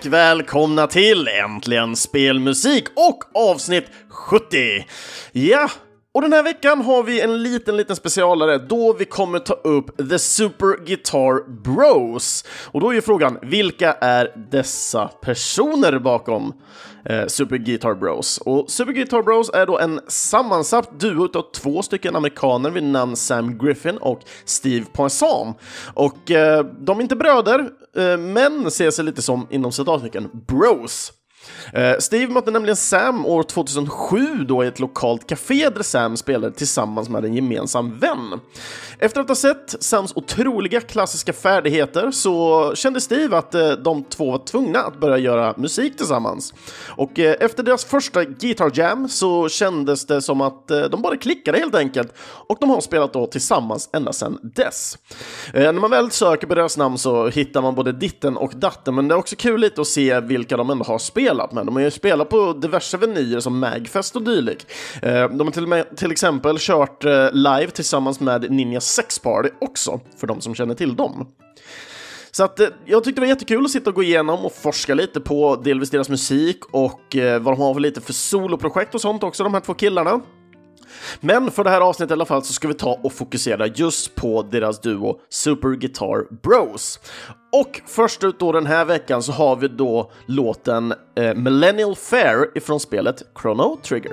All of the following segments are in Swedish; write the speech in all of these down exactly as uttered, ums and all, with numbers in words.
välkomna till Äntligen Spelmusik och avsnitt sjuttio. Ja, och den här veckan har vi en liten, liten specialare då vi kommer ta upp The Super Guitar Bros. Och då är ju frågan, vilka är dessa personer bakom eh, Super Guitar Bros? Och Super Guitar Bros är då en sammansatt duo av två stycken amerikaner vid namn Sam Griffin och Steve Poisson. Och eh, de är inte bröder, eh, men ser sig lite som inom citattecken bros. Uh, Steve mötte nämligen Sam år tjugohundrasju då i ett lokalt café där Sam spelade tillsammans med en gemensam vän. Efter att ha sett Sams otroliga klassiska färdigheter så kände Steve att uh, de två var tvungna att börja göra musik tillsammans. Och uh, efter deras första Guitar Jam så kändes det som att uh, de bara klickade helt enkelt, och de har spelat då tillsammans ända sedan dess. Uh, när man väl söker på deras namn så hittar man både ditten och datten, men det är också kul lite att se vilka de ändå har spelat med. De har ju spelat på diverse venyer som Magfest och dylik. De har till, med, till exempel kört live tillsammans med Ninja Sex Party också, för de som känner till dem. Så att jag tyckte det var jättekul att sitta och gå igenom och forska lite på delvis deras musik och vad de har för lite för soloprojekt och sånt också, de här två killarna. Men för det här avsnittet i alla fall så ska vi ta och fokusera just på deras duo Super Guitar Bros. Och först ut då den här veckan så har vi då låten eh, Millennial Fair ifrån spelet Chrono Trigger.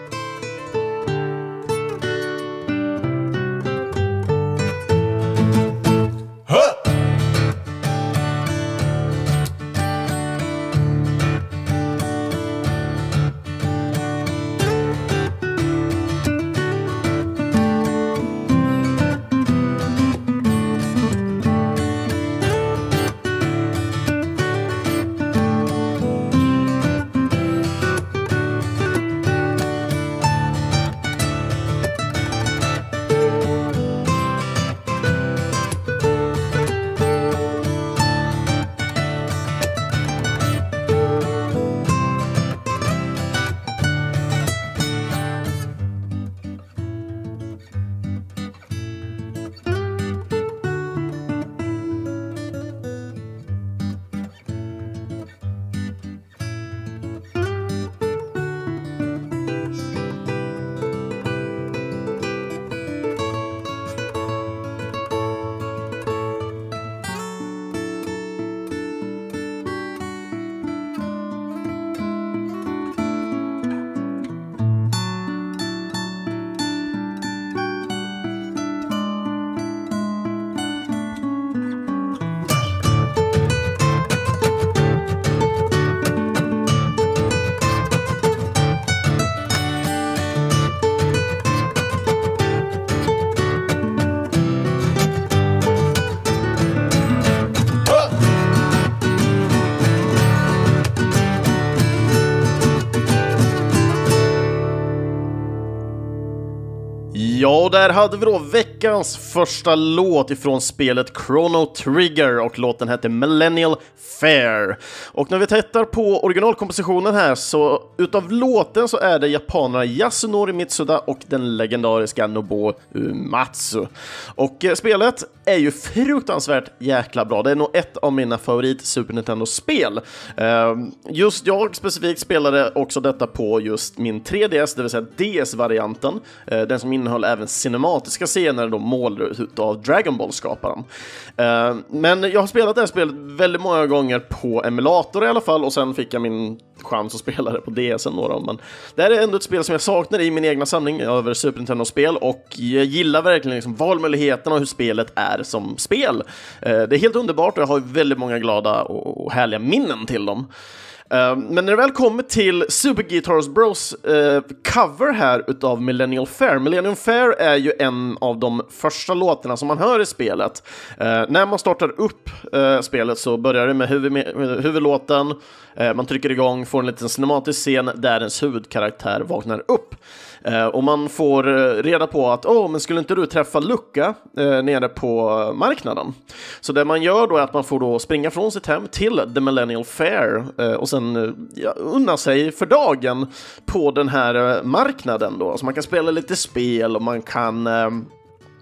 Ja, där hade vi då veckans första låt ifrån spelet Chrono Trigger, och låten hette Millennial Fair. Och när vi tittar på originalkompositionen här så utav låten så är det japanerna Yasunori Mitsuda och den legendariska Nobuo Uematsu. Och eh, spelet är ju fruktansvärt jäkla bra. Det är nog ett av mina favorit Super Nintendo-spel. Eh, just jag specifikt spelade också detta på just min tre D S, det vill säga D S-varianten. Eh, den som innehöll även cinematiska scener då målade av Dragon Ball-skaparen. Uh, men jag har spelat det här spelet väldigt många gånger på emulator i alla fall, och sen fick jag min chans att spela det på D S då. Men det här är ändå ett spel som jag saknar i min egna samling över Super Nintendo-spel, och jag gillar verkligen liksom valmöjligheterna och hur spelet är som spel. Uh, det är helt underbart och jag har väldigt många glada och härliga minnen till dem. Uh, men när det väl kommer till Super Guitar Bros uh, cover här utav Millennial Fair. Millennial Fair är ju en av de första låtarna som man hör i spelet. Uh, när man startar upp uh, spelet så börjar det med huvud- huvudlåten. Uh, man trycker igång, får en liten cinematisk scen där ens huvudkaraktär vaknar upp. Uh, och man får uh, reda på att åh, oh, men skulle inte du träffa Lucka uh, nere på uh, marknaden? Så det man gör då är att man får då springa från sitt hem till The Millennial Fair uh, och sen uh, ja, unna sig för dagen på den här uh, marknaden då. Så man kan spela lite spel och man kan uh,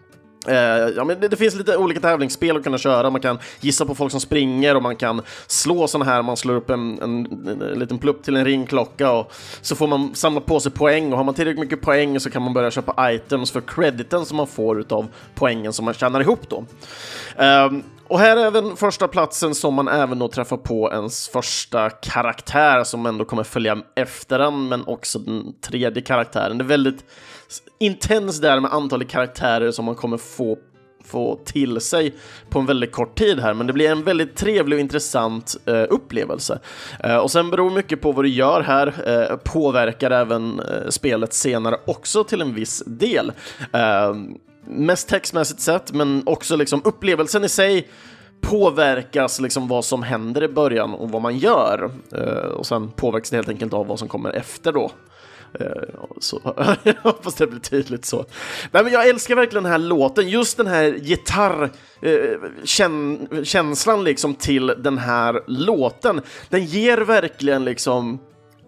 Uh, ja, men det, det finns lite olika tävlingsspel att kunna köra. Man kan gissa på folk som springer och man kan slå såna här, man slår upp en, en, en, en liten plupp till en ringklocka och så får man samla på sig poäng, och har man tillräckligt mycket poäng så kan man börja köpa items för crediten som man får utav poängen som man tjänar ihop då. Uh, och här är även första platsen som man även då träffar på ens första karaktär som ändå kommer följa efter den, men också den tredje karaktären. Det är väldigt intens där med antalet karaktärer som man kommer få få till sig på en väldigt kort tid här, men det blir en väldigt trevlig och intressant eh, upplevelse. Eh, och sen beror mycket på vad du gör här, eh, påverkar även eh, spelet senare också till en viss del. Eh, mest textmässigt sett, men också liksom upplevelsen i sig påverkas liksom vad som händer i början och vad man gör. Eh, och sen påverkas det helt enkelt av vad som kommer efter då. Så, jag hoppas det blir tydligt så. Nej, men jag älskar verkligen den här låten. Just den här gitarrkänslan liksom till den här låten. Den ger verkligen liksom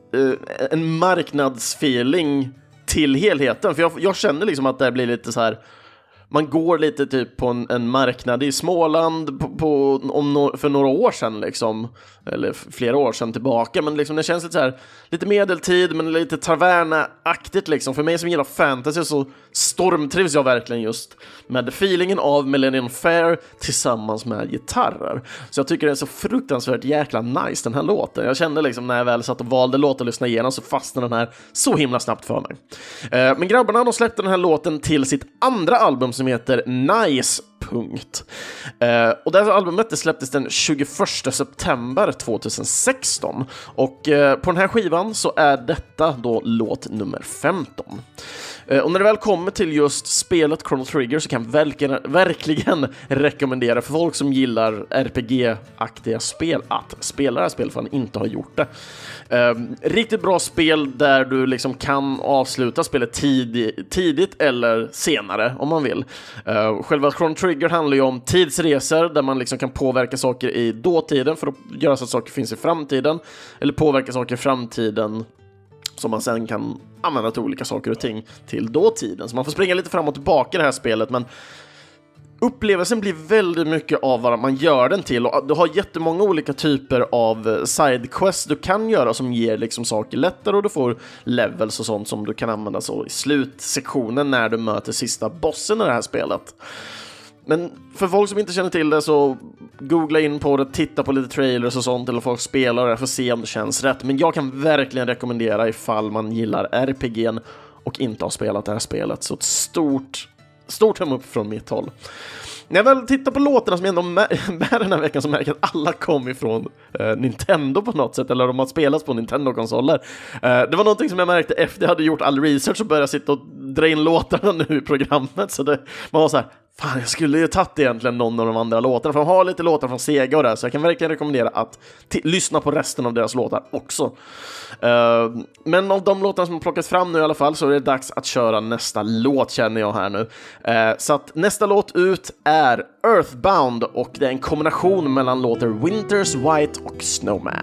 en marknadsfeeling till helheten. För jag, jag känner liksom att det blir lite så här. Man går lite typ på en, en marknad i Småland på, på, om no, för några år sedan liksom, eller flera år sedan tillbaka, men liksom det känns lite så här, lite medeltid men lite taverna-aktigt liksom. För mig som gillar fantasy så stormtrivs jag verkligen just med feelingen av Millennium Fair tillsammans med gitarrer. Så jag tycker det är så fruktansvärt jäkla nice den här låten. Jag kände liksom när jag väl satt och valde låt och lyssnade igenom så fastnade den här så himla snabbt för mig. Eh, men grabbarna, de släppte den här låten till sitt andra album som heter Nice. Punkt. Eh, och det här albumet det släpptes den tjugoförsta september tjugohundrasexton, och eh, på den här skivan så är detta då låt nummer femton. Eh, och när det väl kommer till just spelet Chrono Trigger så kan jag verkligen, verkligen rekommendera för folk som gillar R P G-aktiga spel att spela det här spelet, för han inte har gjort det. Eh, riktigt bra spel där du liksom kan avsluta spelet tid, tidigt eller senare om man vill. Eh, själva Chrono Trigger handlar ju om tidsresor där man liksom kan påverka saker i dåtiden för att göra så att saker finns i framtiden, eller påverka saker i framtiden som man sen kan använda till olika saker och ting till dåtiden. Så man får springa lite fram och tillbaka i det här spelet, men upplevelsen blir väldigt mycket av vad man gör den till, och du har jättemånga olika typer av sidequests du kan göra som ger liksom saker lättare, och du får levels och sånt som du kan använda så i slutsektionen när du möter sista bossen i det här spelet. Men för folk som inte känner till det så googla in på det, titta på lite trailers och sånt, eller folk spelar det för att se om det känns rätt. Men jag kan verkligen rekommendera ifall man gillar R P G:n och inte har spelat det här spelet. Så ett stort, stort hem upp från mitt håll. När jag väl tittar på låtarna som ändå med den här veckan så märker jag att alla kom ifrån eh, Nintendo på något sätt, eller de har spelats på Nintendo-konsoler. Eh, det var någonting som jag märkte efter jag hade gjort all research och började sitta och dra in låtarna nu i programmet. Så det, man var så här, fan, jag skulle ju tagit egentligen någon av de andra låtarna, för de har lite låtar från Sega och det, så jag kan verkligen rekommendera att t- lyssna på resten av deras låtar också. Uh, men av de låtarna som har plockats fram nu i alla fall så är det dags att köra nästa låt, känner jag här nu. Uh, så att nästa låt ut är Earthbound, och det är en kombination mellan låtar Winter's White och Snowman.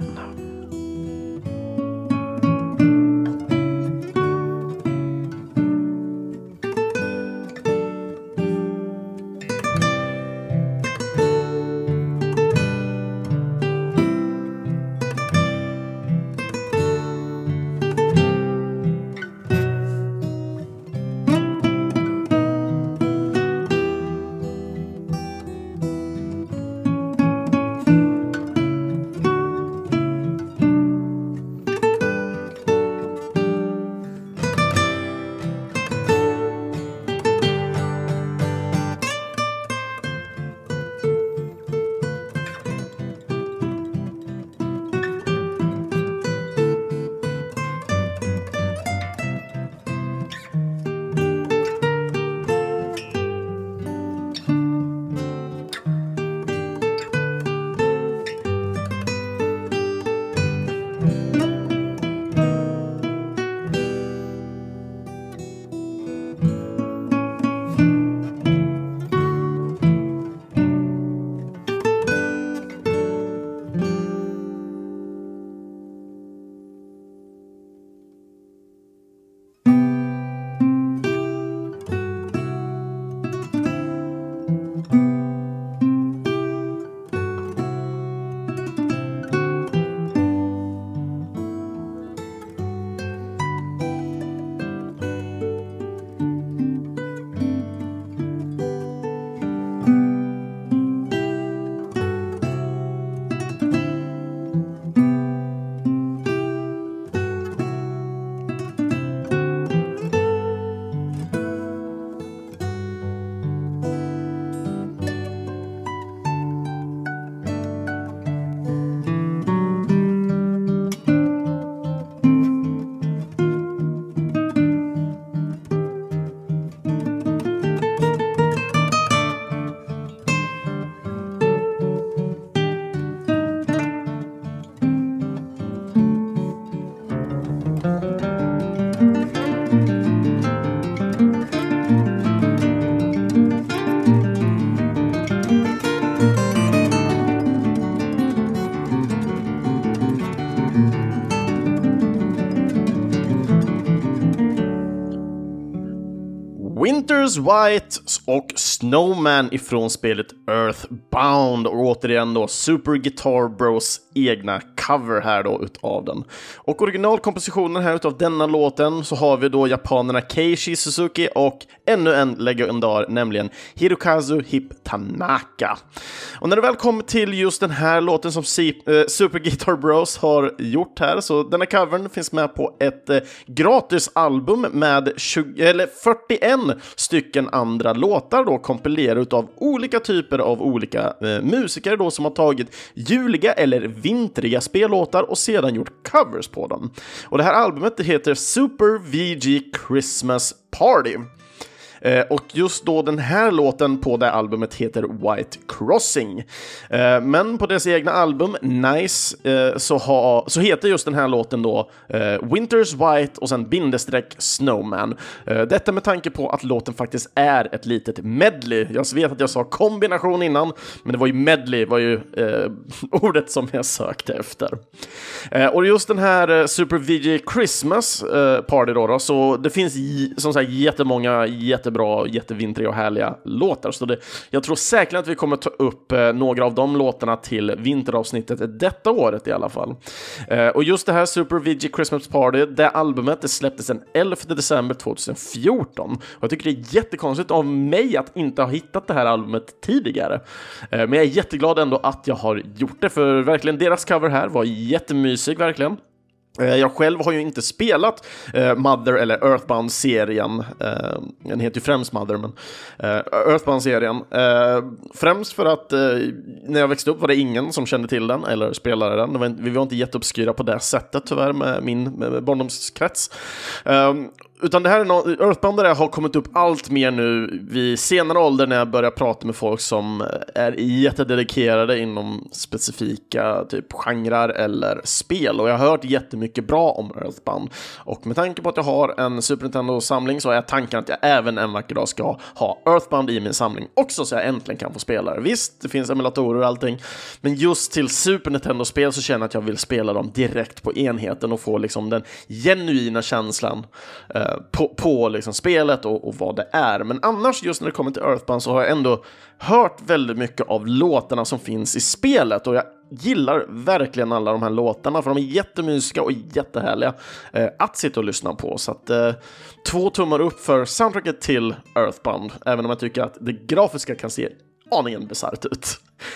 Winter's White och Snowman ifrån spelet Earthbound, och återigen då Super Guitar Bros egna cover här då utav den. Och originalkompositionen här utav denna låten så har vi då japanerna Keiichi Suzuki och ännu en legendar, nämligen Hirokazu Hip Tanaka. Och när det väl kommer till just den här låten som Super Guitar Bros har gjort här, så denna covern finns med på ett eh, gratis album med tjugo, eller fyrtioen stycken andra låtar då, kompilerade utav olika typer av olika eh, musiker då som har tagit juliga eller vintriga spellåtar och sedan gjort covers på dem. Och det här albumet det heter Super V G Christmas Party. Eh, och just då den här låten på det albumet heter White Crossing. Eh, men på dess egna album Nice eh, så, ha, så heter just den här låten då eh, Winter's White och sen bindestreck Snowman. Eh, detta med tanke på att låten faktiskt är ett litet medley. Jag vet att jag sa kombination innan, men det var ju medley var ju eh, ordet som jag sökte efter. Eh, och just den här eh, Super V G Christmas eh, Party då, då, så det finns j- som sagt jättemånga jättebra, jättevintriga och härliga låtar. Så det, jag tror säkert att vi kommer ta upp eh, några av de låtarna till vinteravsnittet detta året i alla fall. Eh, och just det här Super V G Christmas Party, det albumet, det släpptes den elfte december tjugohundrafjorton. Och jag tycker det är jättekonstigt av mig att inte ha hittat det här albumet tidigare. Eh, men jag är jätteglad ändå att jag har gjort det, för verkligen deras cover här var jättemysig, verkligen. Jag själv har ju inte spelat uh, Mother eller Earthbound-serien. Uh, den heter ju främst Mother, men uh, Earthbound-serien. Uh, främst för att uh, när jag växte upp var det ingen som kände till den eller spelade den. Det var inte, vi var inte jätteobskyra på det sättet tyvärr med min med barndomskrets. Uh, Utan det här är no- Earthbound där har kommit upp allt mer nu vid senare ålder när jag börjar prata med folk som är jättededikerade inom specifika typ genrer eller spel. Och jag har hört jättemycket bra om Earthbound. Och med tanke på att jag har en Super Nintendo-samling så är tanken att jag även en vacker dag ska ha Earthbound i min samling också, så jag äntligen kan få spela det. Visst, det finns emulatorer och allting, men just till Super Nintendo-spel så känner jag att jag vill spela dem direkt på enheten och få liksom den genuina känslan på, på liksom spelet och, och vad det är. Men annars just när det kommer till Earthbound så har jag ändå hört väldigt mycket av låtarna som finns i spelet, och jag gillar verkligen alla de här låtarna, för de är jättemysiska och jättehärliga eh, att sitta och lyssna på. Så att eh, två tummar upp för soundtracket till Earthbound, även om jag tycker att det grafiska kan se aningen bisarrt ut.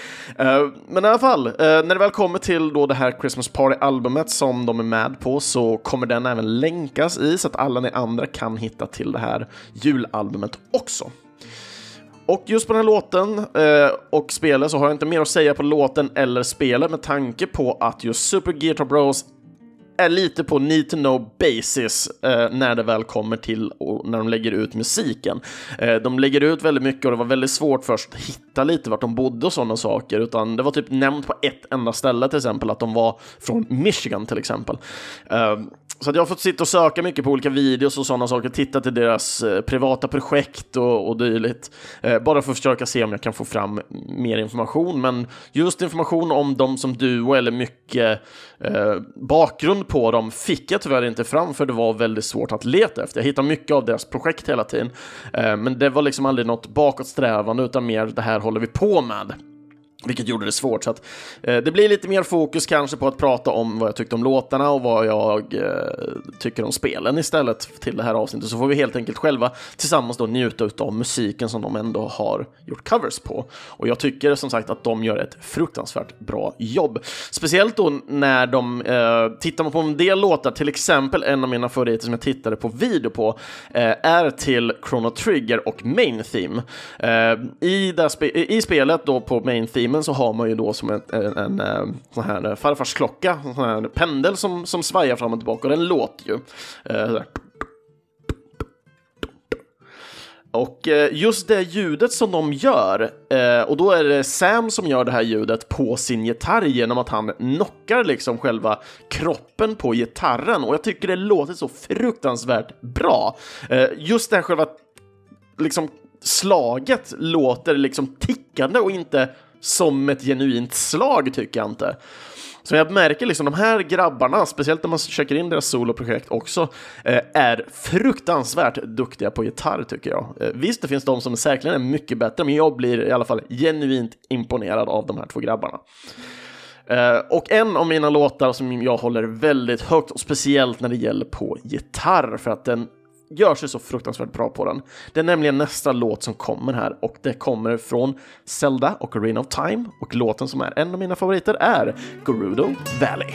Uh, men i alla fall, uh, när det väl kommer till då det här Christmas Party-albumet som de är med på, så kommer den även länkas i så att alla ni andra kan hitta till det här julalbumet också. Och just på den här låten eh, och spelet så har jag inte mer att säga på låten eller spelet, med tanke på att just Super Guitar Bros är lite på need to know basis eh, när det väl kommer till och när de lägger ut musiken. Eh, de lägger ut väldigt mycket och det var väldigt svårt först att hitta lite vart de bodde och sådana saker, utan det var typ nämnt på ett enda ställe, till exempel att de var från Michigan till exempel. Eh, Så att jag har fått sitta och söka mycket på olika videos och sådana saker, titta till deras eh, privata projekt och, och dylikt. Eh, bara för att försöka se om jag kan få fram mer information. Men just information om dem som duo eller mycket eh, bakgrund på dem fick jag tyvärr inte fram, för det var väldigt svårt att leta efter. Jag hittade mycket av deras projekt hela tiden. Eh, men det var liksom aldrig något bakåtsträvande, utan mer det här håller vi på med. Vilket gjorde det svårt, så att eh, det blir lite mer fokus kanske på att prata om vad jag tyckte om låtarna och vad jag eh, tycker om spelen istället till det här avsnittet. Så får vi helt enkelt själva tillsammans då njuta av musiken som de ändå har gjort covers på. Och jag tycker som sagt att de gör ett fruktansvärt bra jobb. Speciellt då när de eh, tittar på en del låtar, till exempel en av mina favoriter som jag tittade på video på eh, är till Chrono Trigger och Main Theme. Eh, i, det spe- I spelet då på Main Theme så har man ju då som en, en, en, en sån här farfarsklocka, en sån här pendel som, som svajar fram och tillbaka, och den låter ju eh, och just det ljudet som de gör, eh, och då är det Sam som gör det här ljudet på sin gitarr genom att han knockar liksom själva kroppen på gitarren, och jag tycker det låter så fruktansvärt bra. Eh, just det här själva liksom slaget låter liksom tickande och inte som ett genuint slag, tycker jag inte. Så jag märker liksom de här grabbarna, speciellt när man checkar in deras soloprojekt också, eh, är fruktansvärt duktiga på gitarr tycker jag. Eh, visst, det finns de som säkerligen är mycket bättre, men jag blir i alla fall genuint imponerad av de här två grabbarna. Uh, och en av mina låtar som jag håller väldigt högt, och speciellt när det gäller på gitarr, för att den gör sig så fruktansvärt bra på den. Det är nämligen nästa låt som kommer här, och det kommer från Zelda Ocarina of Time, och låten som är en av mina favoriter är Gerudo Valley.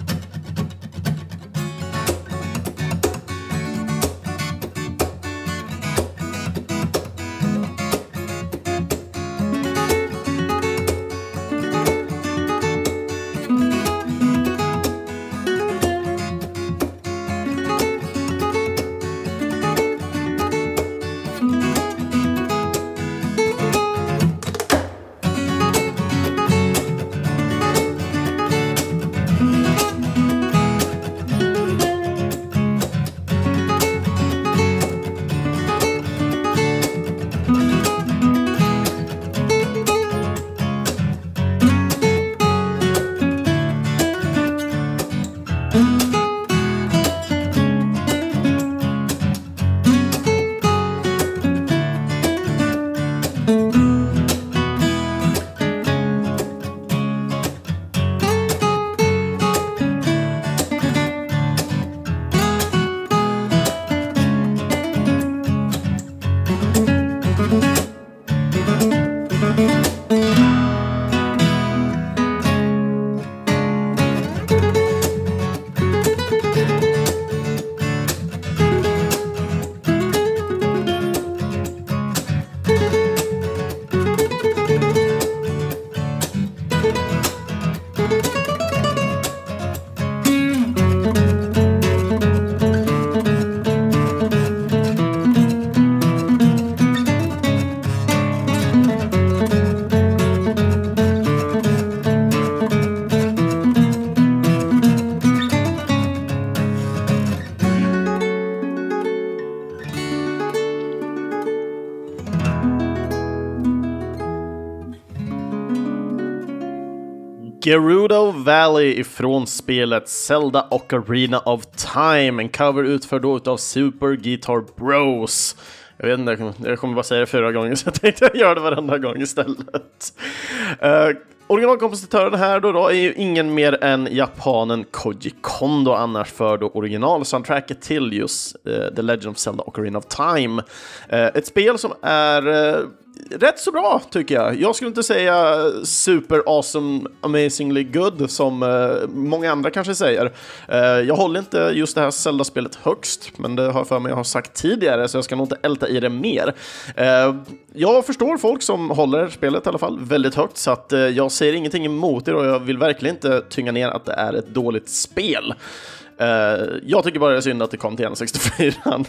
Gerudo Valley ifrån spelet Zelda Ocarina of Time, en cover utförd då av Super Guitar Bros. Jag vet inte, jag kommer bara säga det fyra gånger, så jag tänkte jag gör det varenda gång istället. Uh, originalkompositören här då, då är ju ingen mer än japanen Koji Kondo, annars för då originalsoundtracket till just uh, The Legend of Zelda Ocarina of Time. Uh, ett spel som är uh, rätt så bra tycker jag. Jag skulle inte säga super awesome, amazingly good som uh, många andra kanske säger. Uh, jag håller inte just det här Zelda-spelet högst, men det har för mig jag har sagt tidigare, så jag ska nog inte älta i det mer. Uh, jag förstår folk som håller spelet i alla fall väldigt högt, så att uh, jag säger ingenting emot det, och jag vill verkligen inte tynga ner att det är ett dåligt spel. Uh, jag tycker bara det är synd att det kom till N sextiofyra.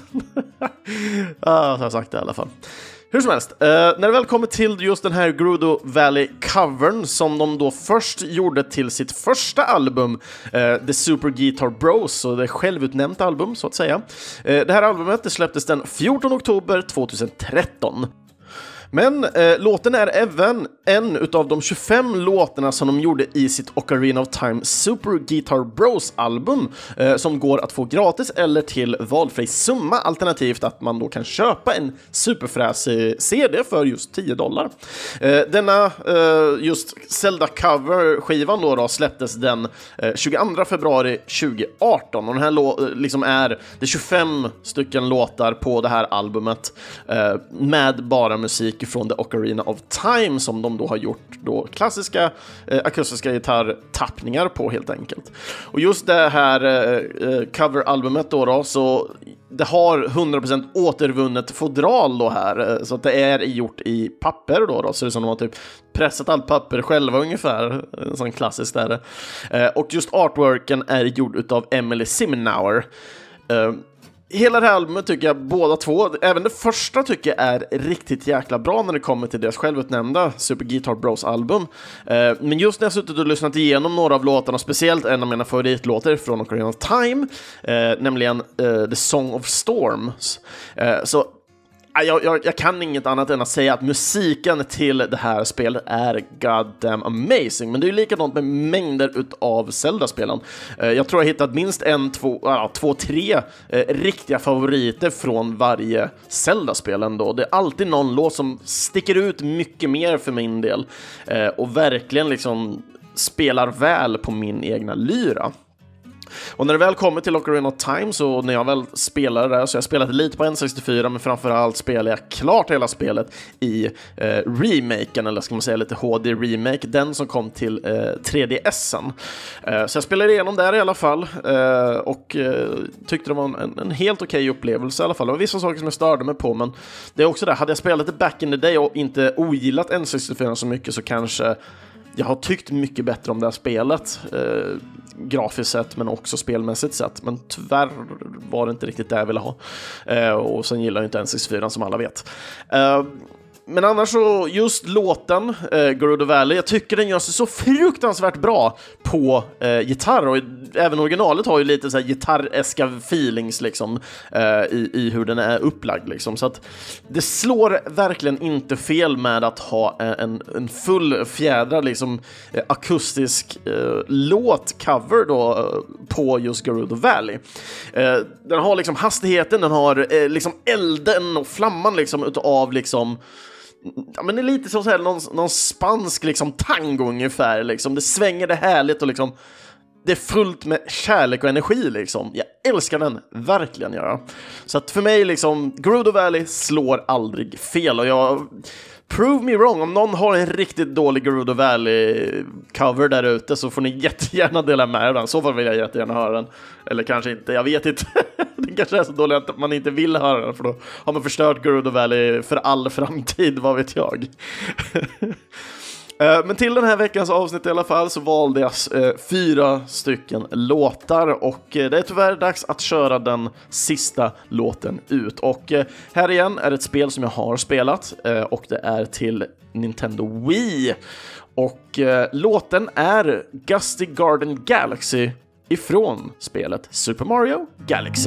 ah, så har jag sagt det i alla fall. Hur som helst, eh, när det väl kommer till just den här Gerudo Valley-covern som de då först gjorde till sitt första album, eh, The Super Guitar Bros, så det är självutnämnt album så att säga. Eh, det här albumet det släpptes den fjortonde oktober tjugohundratretton. Men eh, låten är även en utav de tjugofem låtarna som de gjorde i sitt Ocarina of Time Super Guitar Bros album, eh, som går att få gratis eller till valfri summa, alternativt att man då kan köpa en superfräsig C D för just tio dollar. Eh, denna eh, just Zelda-cover-skivan då, då släpptes den eh, tjugoandra februari tjugoarton, och den här lå- liksom är det tjugofem stycken låtar på det här albumet eh, med bara musik från The Ocarina of Time som de då har gjort då klassiska eh, akustiska gitarrtappningar på helt enkelt. Och just det här eh, coveralbumet då, då så det har hundra procent återvunnet fodral då här, så att det är gjort i papper då, då så det är som de har typ pressat allt papper själva ungefär, en sån klassisk där. Eh, och just artworken är gjord utav Emily Simenauer. Eh, Hela det här albumet tycker jag båda två, även det första tycker jag är riktigt jäkla bra när det kommer till deras självutnämnda Super Guitar Bros album. Eh, men just när jag suttit och lyssnat igenom några av låtarna, speciellt en av mina favoritlåtar från Ocarina of Time, eh, nämligen eh, The Song of Storms. Eh, så Jag, jag, jag kan inget annat än att säga att musiken till det här spelet är goddamn amazing. Men det är ju likadant med mängder av Zelda-spelen. Jag tror jag hittat minst en, två, ja, två tre eh, riktiga favoriter från varje Zelda-spel ändå. Det är alltid någon låt som sticker ut mycket mer för min del eh, och verkligen liksom spelar väl på min egna lyra. Och när det väl kommer till Ocarina of Time, så när jag väl spelade där, så jag spelade lite på N sextiofyra, men framförallt spelade jag klart hela spelet i eh, remaken, eller ska man säga lite H D-remake, den som kom till eh, tre D S-en. Eh, så jag spelade igenom där i alla fall eh, och eh, tyckte det var en, en helt okej upplevelse i alla fall. Det var vissa saker som jag störde mig på, men det är också det, hade jag spelat det back in the day och inte ogillat N sextiofyra så mycket, så kanske jag har tyckt mycket bättre om det här spelet, eh, grafiskt sett men också spelmässigt sett. Men tyvärr var det inte riktigt det jag ville ha. Eh, och sen gillar jag inte N sextiofyra som alla vet. Eh, men annars så, just låten, eh, Gerudo Valley, jag tycker den gör sig så fruktansvärt bra på eh, gitarr. Och även originalet har ju lite så här gitarreska feelings liksom, eh, i, i hur den är upplagd. Liksom. Så att det slår verkligen inte fel med att ha en, en full fjädrad liksom, eh, akustisk eh, låtcover då, eh, på just Gerudo Valley. Eh, den har liksom hastigheten, den har eh, liksom elden och flamman liksom, utav liksom, ja, men det är lite så här någon, någon spansk liksom tango ungefär liksom. Det svänger, det härligt och liksom det är fullt med kärlek och energi liksom. Jag älskar den verkligen göra. Så att för mig liksom Gerudo Valley slår aldrig fel, och jag prove me wrong, om någon har en riktigt dålig Gerudo Valley cover där ute, så får ni jättegärna dela med den. Så fall vill jag jättegärna höra den. Eller kanske inte, jag vet inte. Den kanske är så dålig att man inte vill höra den, för då har man förstört Gerudo Valley för all framtid, vad vet jag. Men till den här veckans avsnitt i alla fall så valde jag eh, fyra stycken låtar, och eh, det är tyvärr dags att köra den sista låten ut. Och eh, här igen är det ett spel som jag har spelat, eh, och det är till Nintendo Wii. Och eh, låten är Gusty Garden Galaxy ifrån spelet Super Mario Galaxy.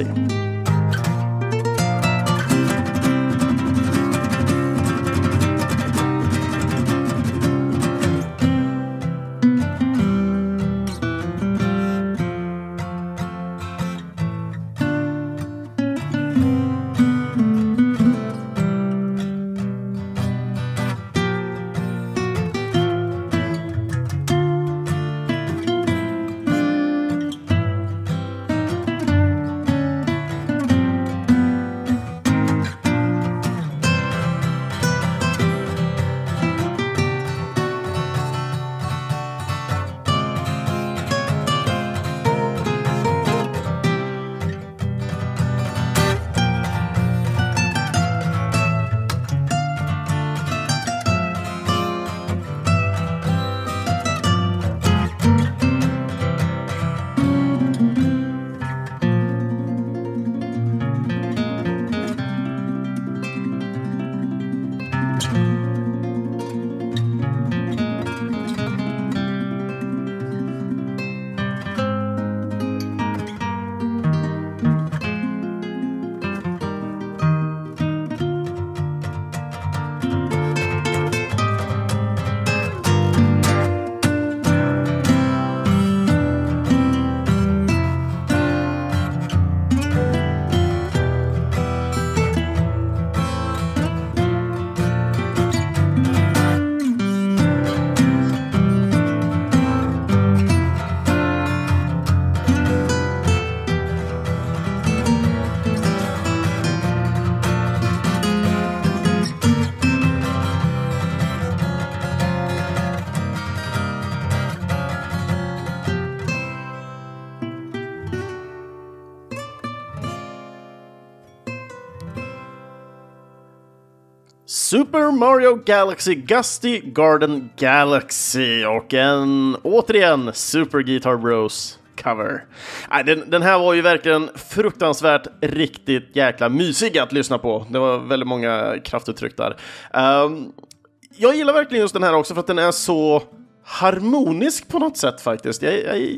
Super Mario Galaxy, Gusty Garden Galaxy, och en, återigen, Super Guitar Bros cover. Nej, den, den här var ju verkligen fruktansvärt riktigt jäkla mysig att lyssna på. Det var väldigt många kraftuttryck där. Um, jag gillar verkligen just den här också för att den är så harmonisk på något sätt faktiskt. Jag, jag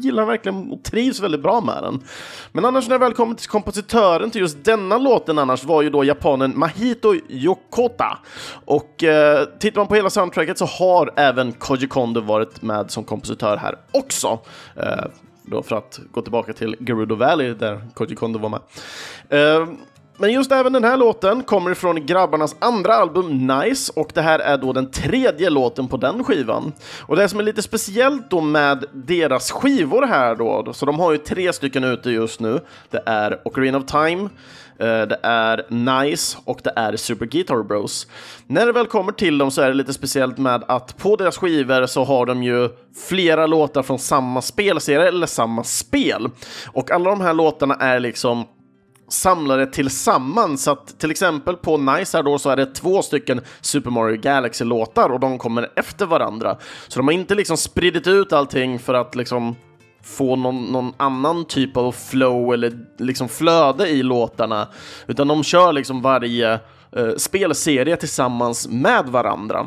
gillar verkligen och trivs väldigt bra med den. Men annars när jag väl kommer till kompositören till just denna låten annars var ju då japanen Mahito Yokota. Och eh, tittar man på hela soundtracket så har även Koji Kondo varit med som kompositör här också. Eh, då för att gå tillbaka till Gerudo Valley där Koji Kondo var med. Eh, Men just även den här låten kommer ifrån grabbarnas andra album Nice, och det här är då den tredje låten på den skivan. Och det som är lite speciellt då med deras skivor här då, så de har ju tre stycken ute just nu. Det är Ocarina of Time, det är Nice och det är Super Guitar Bros. När det väl kommer till dem så är det lite speciellt med att på deras skivor så har de ju flera låtar från samma spelserie eller samma spel. Och alla de här låtarna är liksom samlade tillsammans, så att till exempel på Nice här då så är det två stycken Super Mario Galaxy-låtar och de kommer efter varandra. Så de har inte liksom spridit ut allting för att liksom få någon, någon annan typ av flow eller liksom flöde i låtarna, utan de kör liksom varje eh, spelserie tillsammans med varandra.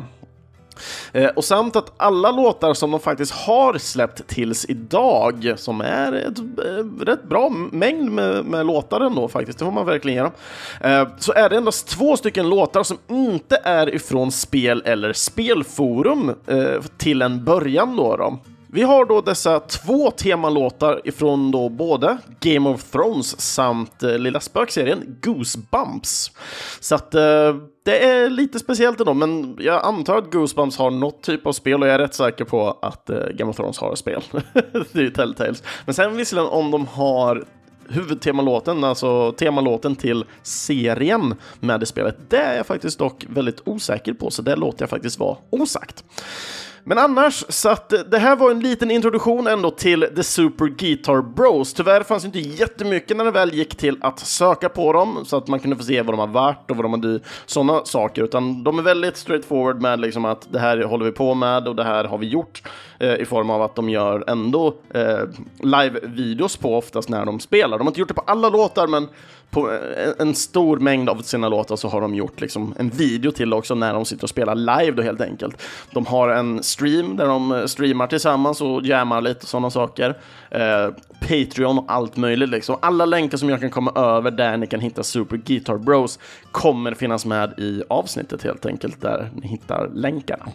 Eh, och samt att alla låtar som de faktiskt har släppt tills idag, som är ett eh, rätt bra mängd med, med låtar ändå faktiskt, det får man verkligen göra, eh, så är det endast två stycken låtar som inte är ifrån spel eller spelforum eh, till en början då då. Vi har då dessa två temalåtar ifrån då både Game of Thrones samt eh, lilla spökserien Goosebumps. Så att eh, det är lite speciellt ändå, men jag antar att Goosebumps har något typ av spel och jag är rätt säker på att eh, Game of Thrones har ett spel. Det är ju Telltales. Men sen visserligen om de har huvudtemalåten, alltså temalåten till serien med det spelet, det är jag faktiskt dock väldigt osäker på, så det låter jag faktiskt vara osagt. Men annars, så att det här var en liten introduktion ändå till The Super Guitar Bros. Tyvärr fanns det inte jättemycket när det väl gick till att söka på dem, så att man kunde få se vad de har varit och vad de har dyrt, sådana saker. Utan de är väldigt straightforward med liksom att det här håller vi på med och det här har vi gjort eh, i form av att de gör ändå eh, live-videos på oftast när de spelar. De har inte gjort det på alla låtar, men på en, en stor mängd av sina låtar så har de gjort liksom en video till också när de sitter och spelar live då helt enkelt. De har en stream där de streamar tillsammans och jammar lite och sådana saker. Eh, Patreon och allt möjligt liksom. Alla länkar som jag kan komma över där ni kan hitta Super Guitar Bros kommer finnas med i avsnittet helt enkelt, där ni hittar länkarna.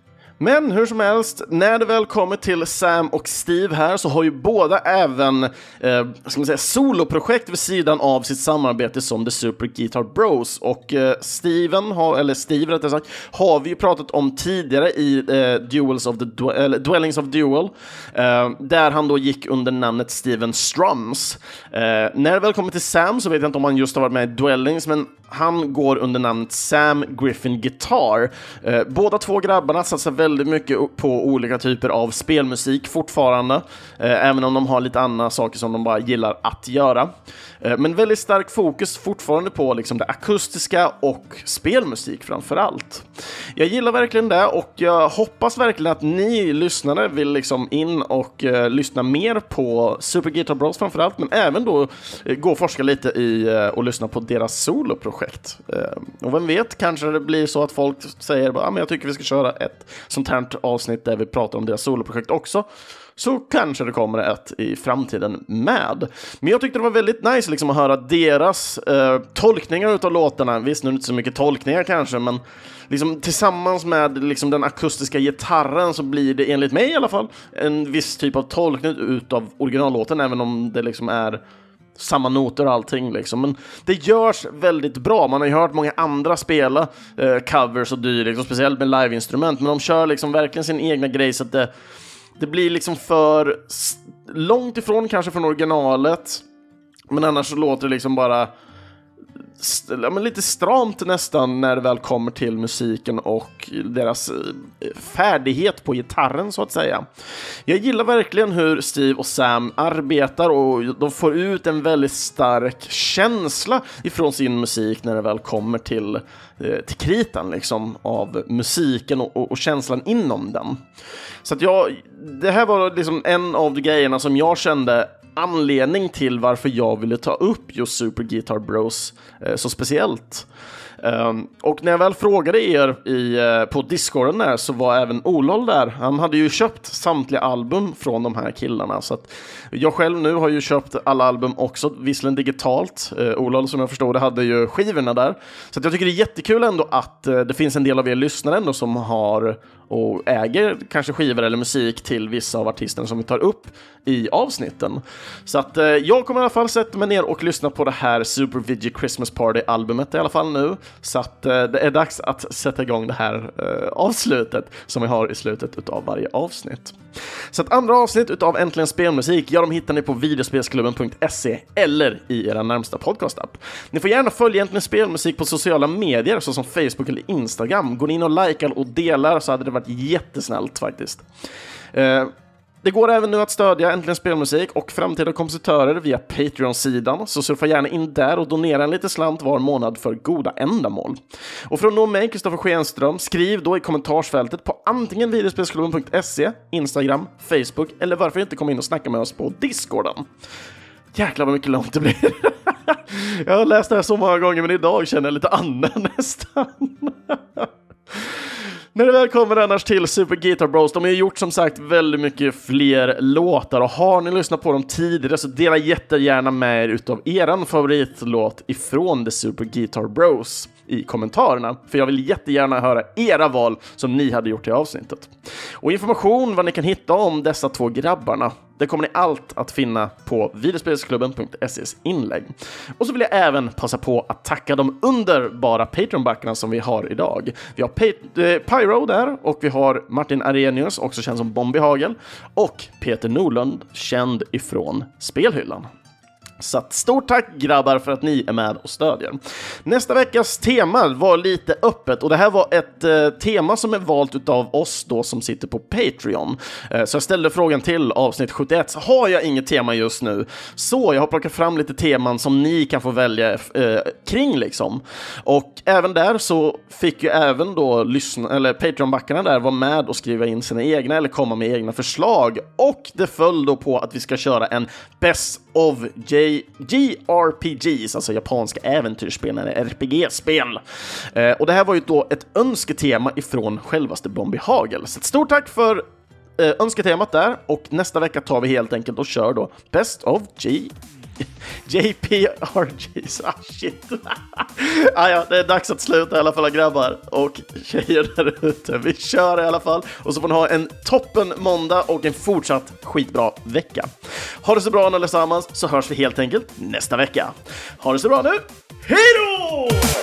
Men hur som helst, när det väl kommer till Sam och Steve här så har ju båda även eh, ska man säga, soloprojekt vid sidan av sitt samarbete som The Super Guitar Bros. Och eh, Steven har, eller Steve rättare sagt, har vi ju pratat om tidigare i eh, Duels of the du- eller Dwellings of Duel, eh, där han då gick under namnet Steven Strums. Eh, när det väl kommer till Sam så vet jag inte om han just har varit med i Dwellings, men han går under namnet Sam Griffin Guitar. Eh, båda två grabbarna satsar väldigt mycket på olika typer av spelmusik fortfarande, eh, även om de har lite andra saker som de bara gillar att göra. Eh, men väldigt stark fokus fortfarande på liksom det akustiska och spelmusik framför allt. Jag gillar verkligen det, och jag hoppas verkligen att ni lyssnare vill liksom in och eh, lyssna mer på Super Guitar Bros framförallt, men även då eh, gå och forska lite i eh, och lyssna på deras soloprojekt. Eh, och vem vet, kanske det blir så att folk säger att ah, men jag tycker vi ska köra ett sånt här avsnitt där vi pratar om deras soloprojekt också. Så kanske det kommer ett i framtiden med. Men jag tyckte det var väldigt nice liksom att höra deras eh, tolkningar utav låtarna. Visst, nu är det inte så mycket tolkningar kanske, men liksom tillsammans med liksom den akustiska gitarren så blir det enligt mig i alla fall en viss typ av tolkning utav originallåten, även om det liksom är samma noter och allting liksom. Men det görs väldigt bra. Man har ju hört många andra spela eh, covers och dylikt, och speciellt med liveinstrument, men de kör liksom verkligen sin egna grej, så att det, det blir liksom för långt ifrån kanske från originalet, men annars så låter det liksom bara st- ja, men lite stramt nästan när det väl kommer till musiken och deras färdighet på gitarren så att säga. Jag gillar verkligen hur Steve och Sam arbetar, och de får ut en väldigt stark känsla ifrån sin musik när det väl kommer till, till kritan liksom, av musiken och, och, och känslan inom den. Så att jag, det här var liksom en av de grejerna som jag kände anledning till varför jag ville ta upp just Super Guitar Bros eh, så speciellt. Um, och när jag väl frågade er i, uh, på Discorden där, så var även Olol där. Han hade ju köpt samtliga album från de här killarna. Så att jag själv nu har ju köpt alla album också, visserligen digitalt. Uh, Olol, som jag förstod det, hade ju skivorna där. Så att jag tycker det är jättekul ändå att uh, det finns en del av er lyssnare ändå som har och äger kanske skivor eller musik till vissa av artisterna som vi tar upp i avsnitten. Så att eh, jag kommer i alla fall sätta mig ner och lyssna på det här Super Video Christmas Party-albumet i alla fall nu. Så att eh, det är dags att sätta igång det här eh, avslutet som vi har i slutet utav varje avsnitt. Så att andra avsnitt utav Äntligen Spelmusik, ja, de hittar ni på videospelsklubben punkt se eller i era närmsta podcastapp. Ni får gärna följa Äntligen Spelmusik på sociala medier såsom Facebook eller Instagram. Går in och likar och delar så hade det varit jättesnällt faktiskt. Eh, Det går även nu att stödja Äntligen Spelmusik och framtida kompositörer via Patreon-sidan, så surfa gärna in där och donera en liten slant var månad för goda ändamål. Och för att nå mig, Kristoffer Schenström, skriv då i kommentarsfältet på antingen videospelsklubben punkt se, Instagram, Facebook eller varför inte komma in och snacka med oss på Discorden. Jäklar vad mycket långt det blir. Jag har läst det här så många gånger, men idag känner jag lite annan nästan. När det väl kommer annars till Super Guitar Bros, de har ju gjort som sagt väldigt mycket fler låtar, och har ni lyssnat på dem tidigare så dela jättegärna med er utav eran favoritlåt ifrån The Super Guitar Bros i kommentarerna, för jag vill jättegärna höra era val som ni hade gjort i avsnittet. Och information vad ni kan hitta om dessa två grabbarna, det kommer ni allt att finna på videospelsklubben punkt se:s inlägg. Och så vill jag även passa på att tacka de underbara Patreon-backarna som vi har idag. Vi har pa- eh, Pyro där, och vi har Martin Arrhenius, också känd som Bombi Hagel, och Peter Norlund, känd ifrån Spelhyllan. Så att stort tack grabbar för att ni är med och stödjer. Nästa veckas tema var lite öppet, och det här var ett eh, tema som är valt utav oss då som sitter på Patreon. Eh, så jag ställde frågan till avsnitt sjuttioett, så har jag inget tema just nu. Så jag har plockat fram lite teman som ni kan få välja eh, kring liksom. Och även där så fick ju även då lyssna, eller Patreon-backarna där var med och skriva in sina egna eller komma med egna förslag. Och det föll då på att vi ska köra en Best of J J R P Gs, alltså japanska äventyrsspel eller R P G-spel. Eh, och det här var ju då ett önsketema ifrån självaste Bombi Hagel. Så ett stort tack för eh, önsketemat där, och nästa vecka tar vi helt enkelt och kör då Best of G J P R Gs. Ah shit. ah, ja, det är dags att sluta i alla fall, grabbar och tjejer där ute. Vi kör i alla fall, och så får ni ha en toppen måndag och en fortsatt skitbra vecka. Ha det så bra allesammans, så hörs vi helt enkelt nästa vecka. Ha det så bra nu. Hej då!